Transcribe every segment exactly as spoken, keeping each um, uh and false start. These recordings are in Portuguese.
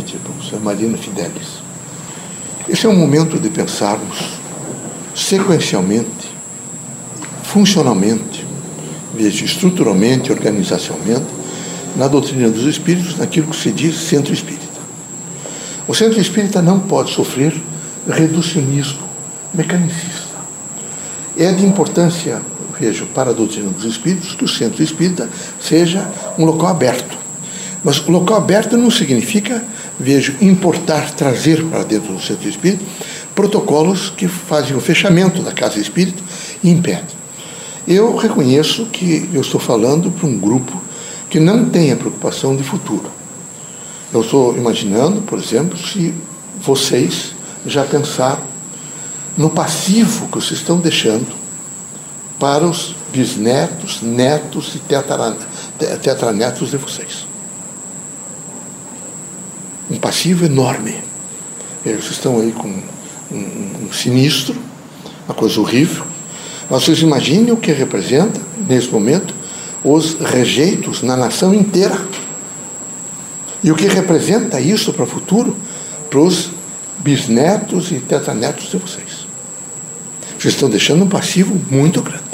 noite, professora Marina Fidelis. Esse é um momento de pensarmos sequencialmente, funcionalmente, veja, estruturalmente, organizacionalmente, na doutrina dos espíritos, naquilo que se diz centro espírita. O centro espírita não pode sofrer reducionismo mecanicista. É de importância, vejo, para a doutrina dos espíritos que o centro espírita seja um local aberto. Mas o local aberto não significa, vejo, importar, trazer para dentro do centro espírita protocolos que fazem o fechamento da casa espírita e impedem. Eu reconheço que eu estou falando para um grupo que não tem a preocupação de futuro. Eu estou imaginando, por exemplo, se vocês já pensaram no passivo que vocês estão deixando para os bisnetos, netos e tetranetos de vocês. Um passivo enorme. Eles estão aí com um, um, um sinistro, uma coisa horrível. Mas vocês imaginem o que representa, nesse momento, os rejeitos na nação inteira. E o que representa isso para o futuro, para os bisnetos e tetranetos de vocês. Vocês estão deixando um passivo muito grande.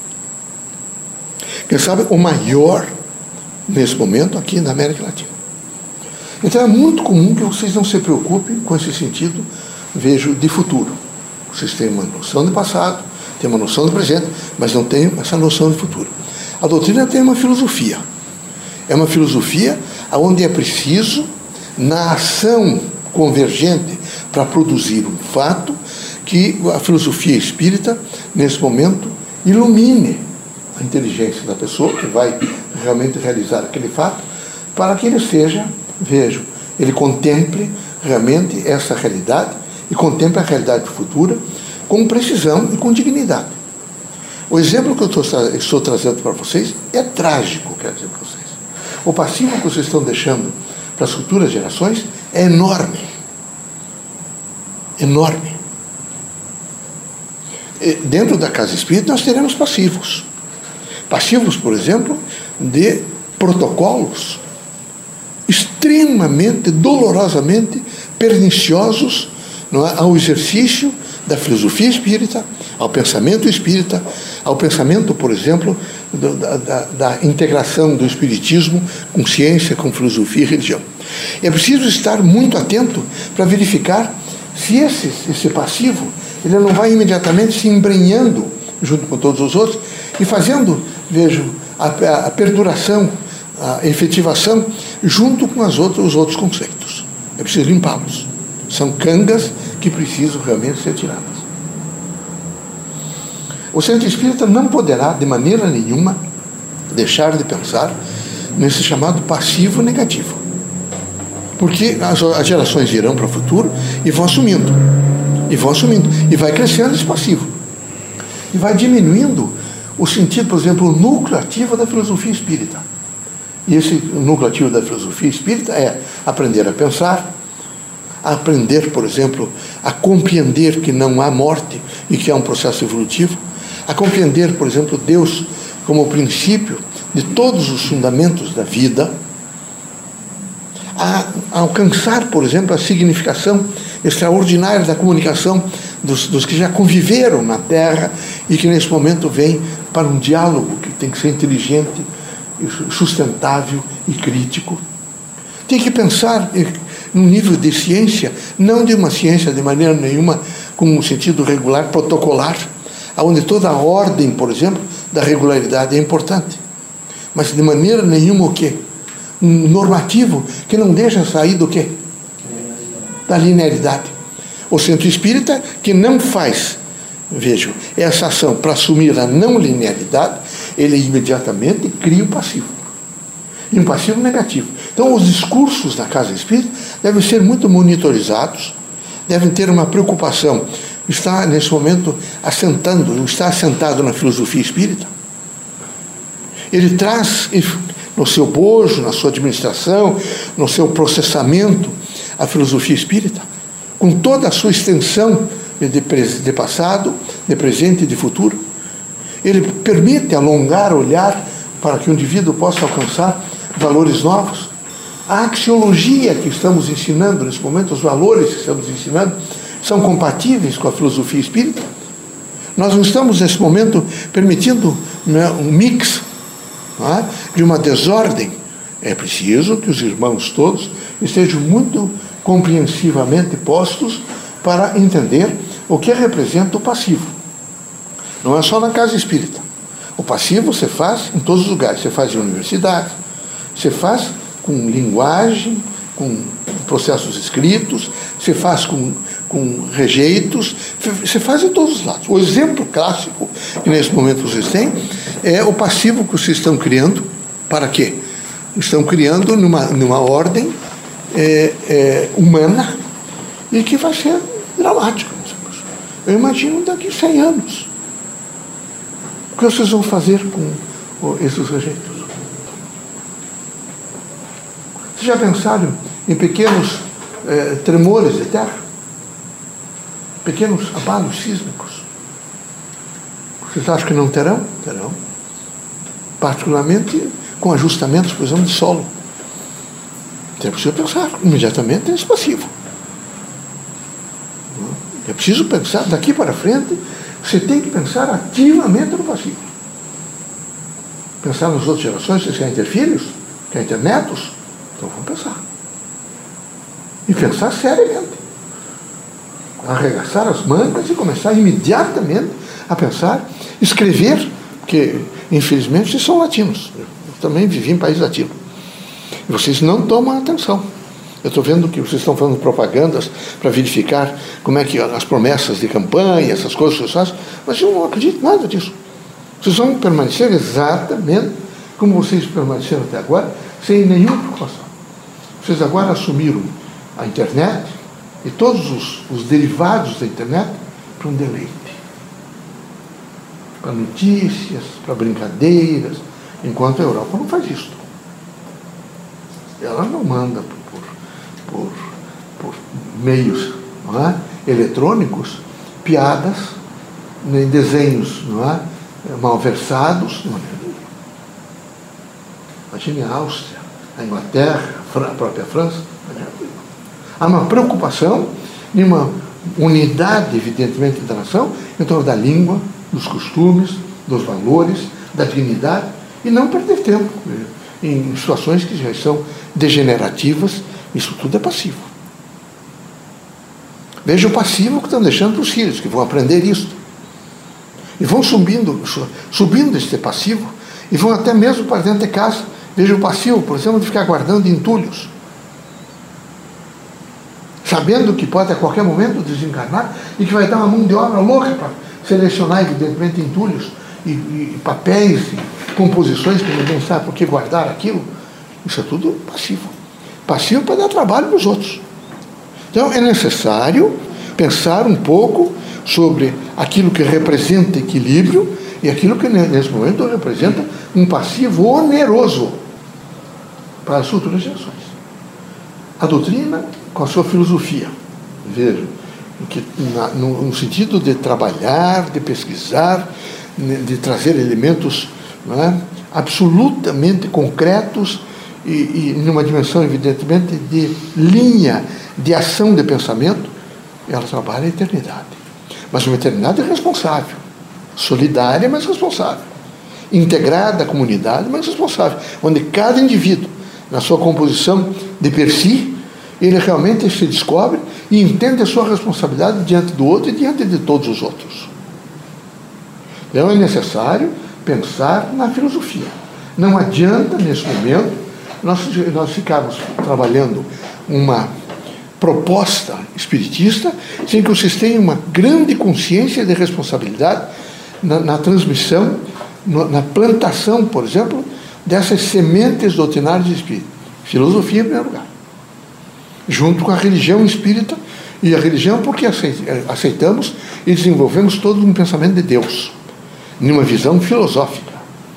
Quem sabe o maior, nesse momento, aqui na América Latina. Então é muito comum que vocês não se preocupem com esse sentido, vejo, de futuro. Vocês têm uma noção do passado, têm uma noção do presente, mas não têm essa noção de futuro. A doutrina tem uma filosofia. É uma filosofia onde é preciso, na ação convergente para produzir um fato, que a filosofia espírita, nesse momento, ilumine a inteligência da pessoa que vai realmente realizar aquele fato, para que ele seja, vejo, ele contemple realmente essa realidade e contemple a realidade futura com precisão e com dignidade. O exemplo que eu estou, estou trazendo para vocês é trágico, quero dizer para vocês. O passivo que vocês estão deixando para as futuras gerações é enorme. Enorme. E dentro da casa espírita nós teremos passivos. Passivos, por exemplo, de protocolos extremamente, dolorosamente perniciosos, não é, ao exercício da filosofia espírita, ao pensamento espírita, ao pensamento, por exemplo, do, da, da, da integração do espiritismo com ciência, com filosofia e religião. É preciso estar muito atento para verificar se esse, esse passivo ele não vai imediatamente se embrenhando junto com todos os outros e fazendo, vejo, a, a perduração, a efetivação junto com as outras, os outros conceitos. É preciso limpá-los. São cangas que precisam realmente ser tiradas. O centro espírita não poderá, de maneira nenhuma, deixar de pensar nesse chamado passivo negativo. Porque as, as gerações irão para o futuro e vão assumindo. E vão assumindo. E vai crescendo esse passivo. E vai diminuindo o sentido, por exemplo, o núcleo ativo da filosofia espírita. E esse núcleo ativo da filosofia espírita é aprender a pensar, a aprender, por exemplo, a compreender que não há morte e que há um processo evolutivo, a compreender, por exemplo, Deus como o princípio de todos os fundamentos da vida, a, a alcançar, por exemplo, a significação extraordinária da comunicação dos, dos que já conviveram na Terra e que nesse momento vêm para um diálogo que tem que ser inteligente, sustentável e crítico. Tem que pensar num nível de ciência, não de uma ciência de maneira nenhuma com um sentido regular, protocolar, onde toda a ordem, por exemplo, da regularidade é importante, mas de maneira nenhuma o quê? Um normativo que não deixa sair do quê? Da linearidade. O centro espírita que não faz, vejam, essa ação para assumir a não linearidade, ele imediatamente cria o passivo. E um passivo negativo. Então, os discursos da casa espírita devem ser muito monitorizados, devem ter uma preocupação. Está, nesse momento, assentando, está assentado na filosofia espírita. Ele traz, no seu bojo, na sua administração, no seu processamento, a filosofia espírita, com toda a sua extensão de, de passado, de presente e de futuro. Ele permite alongar, olhar, para que o indivíduo possa alcançar valores novos. a axiologia que estamos ensinando nesse momento, os valores que estamos ensinando, são compatíveis com a filosofia espírita? Nós não estamos, nesse momento, permitindo, né, um mix, não é, de uma desordem. É preciso que os irmãos todos estejam muito compreensivamente postos para entender o que representa o passivo. Não é só na casa espírita. O passivo você faz em todos os lugares. Você faz em universidade, você faz com linguagem, com processos escritos, você faz com, com rejeitos, você faz em todos os lados. O exemplo clássico que nesse momento vocês têm é o passivo que vocês estão criando. Para quê? Estão criando numa, numa ordem é, é, humana e que vai ser dramático. Eu imagino daqui a cem anos. O que vocês vão fazer com esses rejeitos? Vocês já pensaram em pequenos eh, tremores de terra? Pequenos abalos sísmicos? Vocês acham que não terão? Terão. Particularmente com ajustamentos, por exemplo, de solo. Então é preciso pensar imediatamente nesse passivo. É preciso pensar daqui para frente. Você tem que pensar ativamente no passivo. Pensar nas outras gerações. Vocês querem ter filhos? Querem ter netos? Então vamos pensar. E pensar seriamente. Arregaçar as mangas e começar imediatamente a pensar, escrever, porque infelizmente vocês são latinos. Eu também vivi em país latino. E vocês não tomam atenção. Eu estou vendo que vocês estão fazendo propagandas para verificar como é que as promessas de campanha, essas coisas que vocês fazem, mas eu não acredito em nada disso. Vocês vão permanecer exatamente como vocês permaneceram até agora, sem nenhuma preocupação. Vocês agora assumiram a internet e todos os, os derivados da internet para um deleite. Para notícias, para brincadeiras, enquanto a Europa não faz isso. Ela não manda por, por, por meios, não é, eletrônicos piadas, nem desenhos, não é, malversados. Não é. Imagine a Áustria, a Inglaterra, a própria França. Há uma preocupação de uma unidade, evidentemente, da nação em torno da língua, dos costumes, dos valores, da dignidade, e não perder tempo em situações que já são degenerativas. Isso tudo é passivo. Veja o passivo que estão deixando para os filhos, que vão aprender isso. E vão subindo, subindo este passivo, e vão até mesmo para dentro de casa. Veja o passivo, por exemplo, de ficar guardando entulhos, sabendo que pode a qualquer momento desencarnar e que vai dar uma mão de obra louca para selecionar, evidentemente, entulhos e, e papéis e composições que ninguém sabe por que guardar aquilo. Isso é tudo passivo. Passivo para dar trabalho para os outros. Então é necessário pensar um pouco sobre aquilo que representa equilíbrio e aquilo que nesse momento representa um passivo oneroso para as futuras gerações. A doutrina com a sua filosofia, veja, que na, no, no sentido de trabalhar, de pesquisar, de trazer elementos, não é, absolutamente concretos e, e numa dimensão, evidentemente, de linha de ação de pensamento, ela trabalha a eternidade. Mas uma eternidade responsável, solidária, mas responsável, integrada à comunidade, mas responsável, onde cada indivíduo, na sua composição de per si, ele realmente se descobre e entende a sua responsabilidade diante do outro e diante de todos os outros. Então é necessário pensar na filosofia. Não adianta, nesse momento, nós, nós ficarmos trabalhando uma proposta espiritista sem que vocês tenham uma grande consciência de responsabilidade na, na transmissão, no, na plantação, por exemplo, dessas sementes doutrinárias de espírito. Filosofia em primeiro lugar. Junto com a religião espírita, e a religião porque aceitamos e desenvolvemos todo um pensamento de Deus, numa visão filosófica.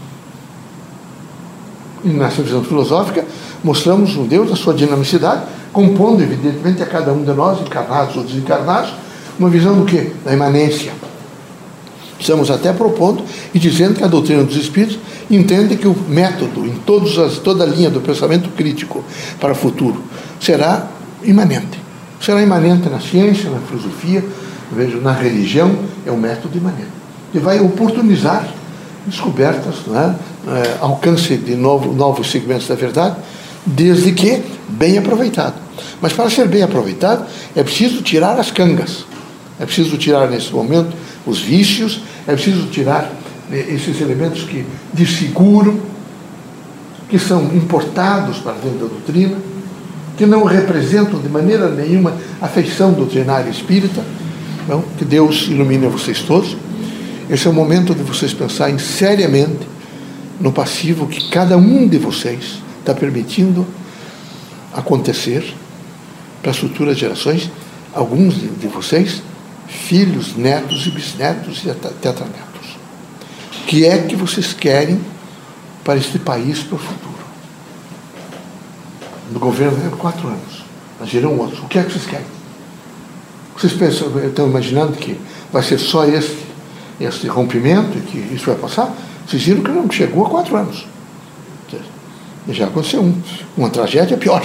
E nessa visão filosófica, mostramos um Deus, a sua dinamicidade, compondo, evidentemente, a cada um de nós, encarnados ou desencarnados, uma visão do quê? Da imanência. Estamos até propondo e dizendo que a doutrina dos espíritos entende que o método, em todos as, toda a linha do pensamento crítico para o futuro, será imanente. Será imanente na ciência, na filosofia, vejo, na religião, é um método imanente. Que vai oportunizar descobertas, não é? É, alcance de novo, novos segmentos da verdade, desde que bem aproveitado. Mas para ser bem aproveitado, é preciso tirar as cangas. É preciso tirar, nesse momento, os vícios, é preciso tirar esses elementos que desfiguram, que são importados para dentro da doutrina, que não representam de maneira nenhuma a feição doutrinária espírita. Não? Que Deus ilumine a vocês todos. Esse é o momento de vocês pensarem seriamente no passivo que cada um de vocês está permitindo acontecer para as futuras gerações, alguns de, de vocês, filhos, netos e bisnetos e tetranetos. O que é que vocês querem para este país, para o futuro? No governo é quatro anos, mas virão outros. O que é que vocês querem? Vocês pensam, estão imaginando que vai ser só este, este rompimento e que isso vai passar? Vocês viram que não chegou a quatro anos. Já aconteceu um, uma tragédia pior.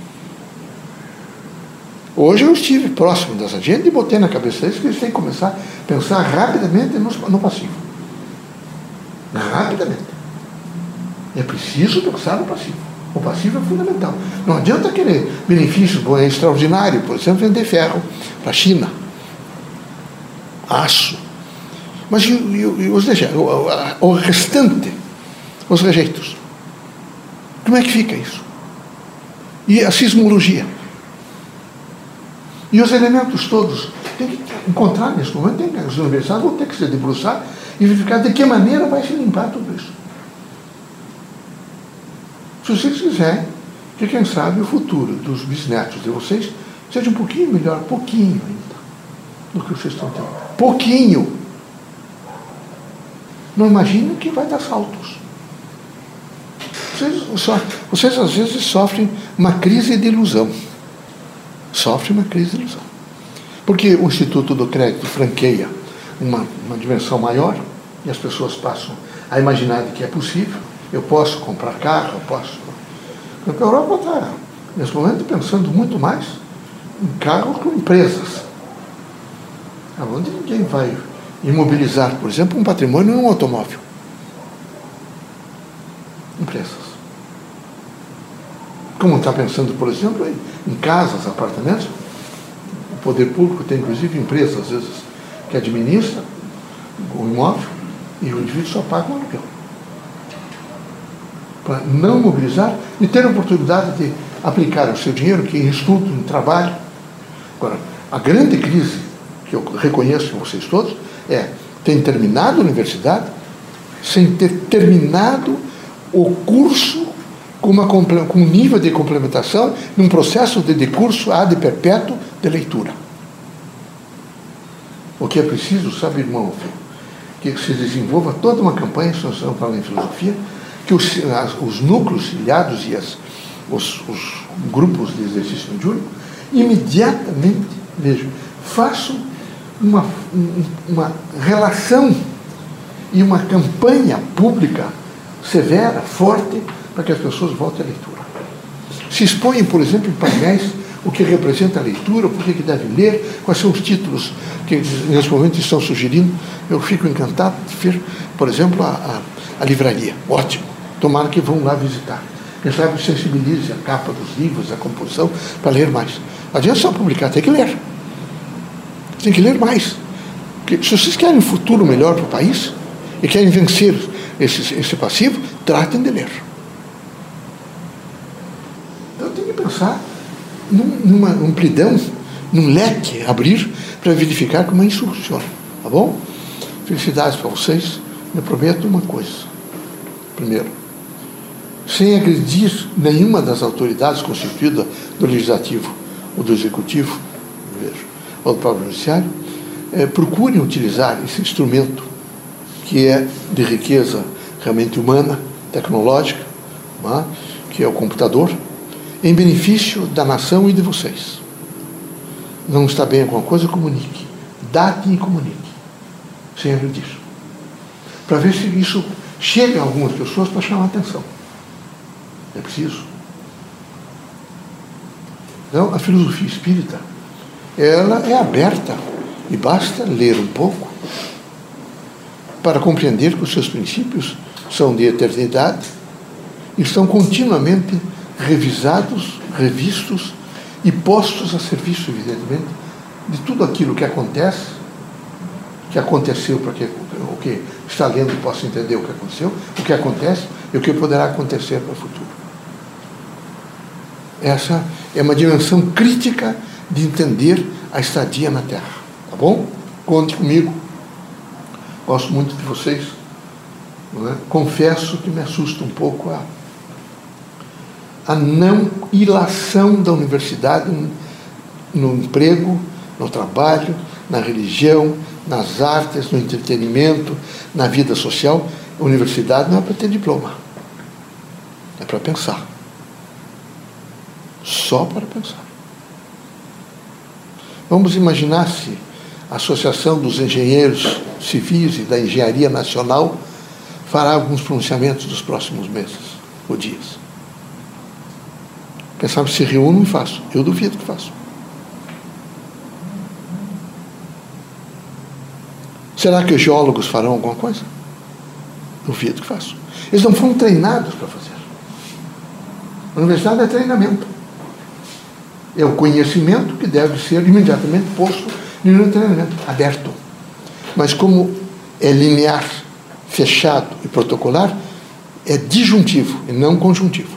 Hoje eu estive próximo dessa gente e botei na cabeça deles que eles têm que começar a pensar rapidamente no, no passivo. Rapidamente. É preciso pensar no passivo. O passivo é fundamental. Não adianta querer benefícios, bom, é extraordinário, por exemplo, vender ferro para a China. Aço. Mas e, e, e os, o, o restante, os rejeitos. Como é que fica isso? E a sismologia? E os elementos todos? Tem que encontrar nesse momento, tem que, as universidades vão ter que se debruçar e verificar de que maneira vai se limpar tudo isso. Se vocês quiserem que, quem sabe, o futuro dos bisnetos de vocês seja um pouquinho melhor, pouquinho ainda, do que vocês estão tendo. Pouquinho. Não imaginem que vai dar saltos. Vocês, só, vocês às vezes sofrem uma crise de ilusão. Sofrem uma crise de ilusão. Porque o Instituto do Crédito franqueia uma, uma dimensão maior e as pessoas passam a imaginar que é possível. Eu posso comprar carro, eu posso... Porque a Europa está, nesse momento, pensando muito mais em carros com empresas. Onde ninguém vai imobilizar, por exemplo, um patrimônio num automóvel. Empresas. Como está pensando, por exemplo, em casas, apartamentos. O poder público tem, inclusive, empresas, às vezes, que administra o imóvel e o indivíduo só paga o aluguel. Para não mobilizar e ter a oportunidade de aplicar o seu dinheiro, que em estudo, em trabalho. Agora, a grande crise que eu reconheço em vocês todos é ter terminado a universidade sem ter terminado o curso com, uma, com um nível de complementação num processo de, de curso ad perpétuo de leitura. O que é preciso, sabe, irmão, que se desenvolva toda uma campanha, se nós estamos falando em filosofia, que os, as, os núcleos filiados e as, os, os grupos de exercício mediúnico imediatamente, vejo, façam uma, uma relação e uma campanha pública severa, forte, para que as pessoas voltem à leitura. Se expõem, por exemplo, em painéis o que representa a leitura, por que devem ler, quais são os títulos que nesse momento estão sugerindo. Eu fico encantado de ver, por exemplo, a, a, a livraria. Ótimo. Tomara que vão lá visitar. Quem sabe sensibilize a capa dos livros, a composição, para ler mais. Não adianta só publicar, tem que ler. Tem que ler mais. Porque se vocês querem um futuro melhor para o país e querem vencer esse, esse passivo, tratem de ler. Então tem que pensar num, numa amplidão, num leque, abrir para verificar como isso funciona. Tá bom? Felicidades para vocês. Eu prometo uma coisa. Primeiro, sem agredir nenhuma das autoridades constituídas do Legislativo ou do Executivo, vejo, ou do próprio Judiciário, é, procurem utilizar esse instrumento que é de riqueza realmente humana, tecnológica, né, que é o computador, em benefício da nação e de vocês. Não está bem alguma coisa, comunique. Date e comunique, sem agredir. para ver se isso chega a algumas pessoas para chamar a atenção. É preciso. Então, a filosofia espírita, ela é aberta e basta ler um pouco para compreender que os seus princípios são de eternidade e estão continuamente revisados, revistos e postos a serviço, evidentemente, de tudo aquilo que acontece, que aconteceu para que o que está lendo possa entender o que aconteceu, o que acontece e o que poderá acontecer para o futuro. Essa é uma dimensão crítica de entender a estadia na Terra. Tá bom? Conte comigo. Gosto muito de vocês. Não é? Confesso que me assusta um pouco a, a não ilação da universidade no, no emprego, no trabalho, na religião, nas artes, no entretenimento, na vida social. A universidade não é para ter diploma. É para pensar. Só para pensar. Vamos imaginar se a Associação dos Engenheiros Civis e da Engenharia Nacional fará alguns pronunciamentos nos próximos meses ou dias. Quem sabe se reúne e faço. Eu duvido que faço. Será que os geólogos farão alguma coisa? Duvido que façam. Eles não foram treinados para fazer. A universidade é treinamento. É o conhecimento que deve ser imediatamente posto no treinamento, aberto. Mas como é linear, fechado e protocolar, é disjuntivo e não conjuntivo.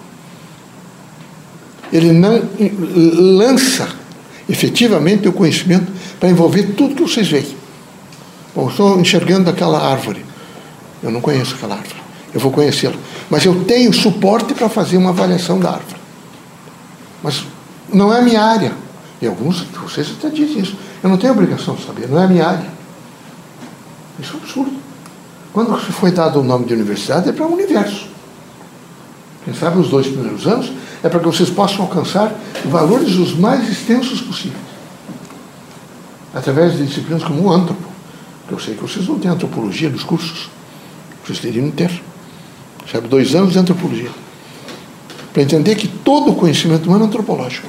Ele não lança efetivamente o conhecimento para envolver tudo que vocês veem. Bom, estou enxergando aquela árvore. Eu não conheço aquela árvore. Eu vou conhecê-la. Mas eu tenho suporte para fazer uma avaliação da árvore. Mas não é a minha área. E alguns de vocês até dizem isso. Eu não tenho obrigação de saber, não é a minha área. Isso é um absurdo. Quando foi dado o nome de universidade, é para o universo. Quem sabe os dois primeiros anos é para que vocês possam alcançar valores os mais extensos possíveis. Através de disciplinas como o antropo. Eu sei que vocês não têm antropologia nos cursos. Vocês teriam que ter. Sabe, dois anos de antropologia. Para entender que todo o conhecimento humano é antropológico.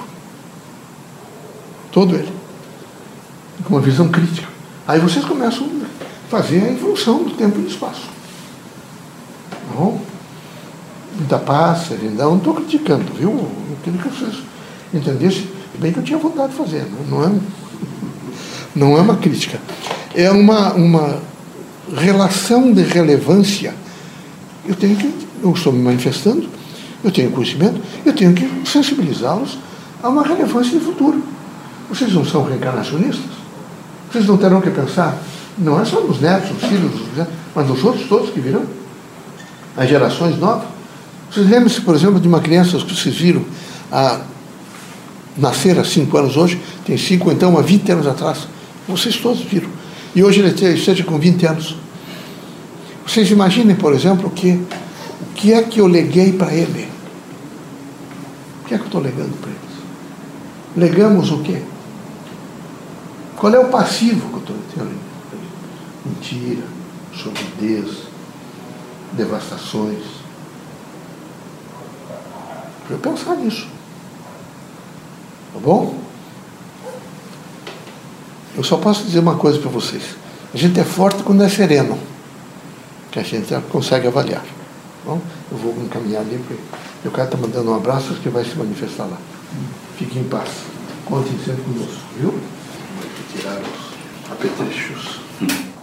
Todo ele. Com uma visão crítica. Aí vocês começam a fazer a evolução do tempo e do espaço. Bom, muita paz, serenidade. Não estou criticando, viu? Eu queria que vocês entendessem bem que eu tinha vontade de fazer. Não, não, é, não é uma crítica. É uma, uma relação de relevância. Eu tenho que, eu estou me manifestando, eu tenho conhecimento, eu tenho que sensibilizá-los a uma relevância de futuro. Vocês não são reencarnacionistas? Vocês não terão que pensar, não é só nos netos, nos filhos, mas nos outros todos que virão, as gerações novas. Vocês lembram-se, por exemplo, de uma criança que vocês viram a nascer há cinco anos hoje, tem cinco, então, há vinte anos atrás. Vocês todos viram. E hoje ele esteja com vinte anos. Vocês imaginem, por exemplo, que, o que é que eu leguei para ele? O que é que eu estou legando para eles? Legamos o quê? Qual é o passivo que eu estou tendo? Mentira, sordidez, devastações. Para eu pensar nisso. Tá bom? Eu só posso dizer uma coisa para vocês. A gente é forte quando é sereno. Que a gente consegue avaliar. Tá bom? Eu vou encaminhar ali para ele. E o cara está mandando um abraço que vai se manifestar lá. Fique em paz. Contem sempre conosco, viu? Vou tirar os apetrechos.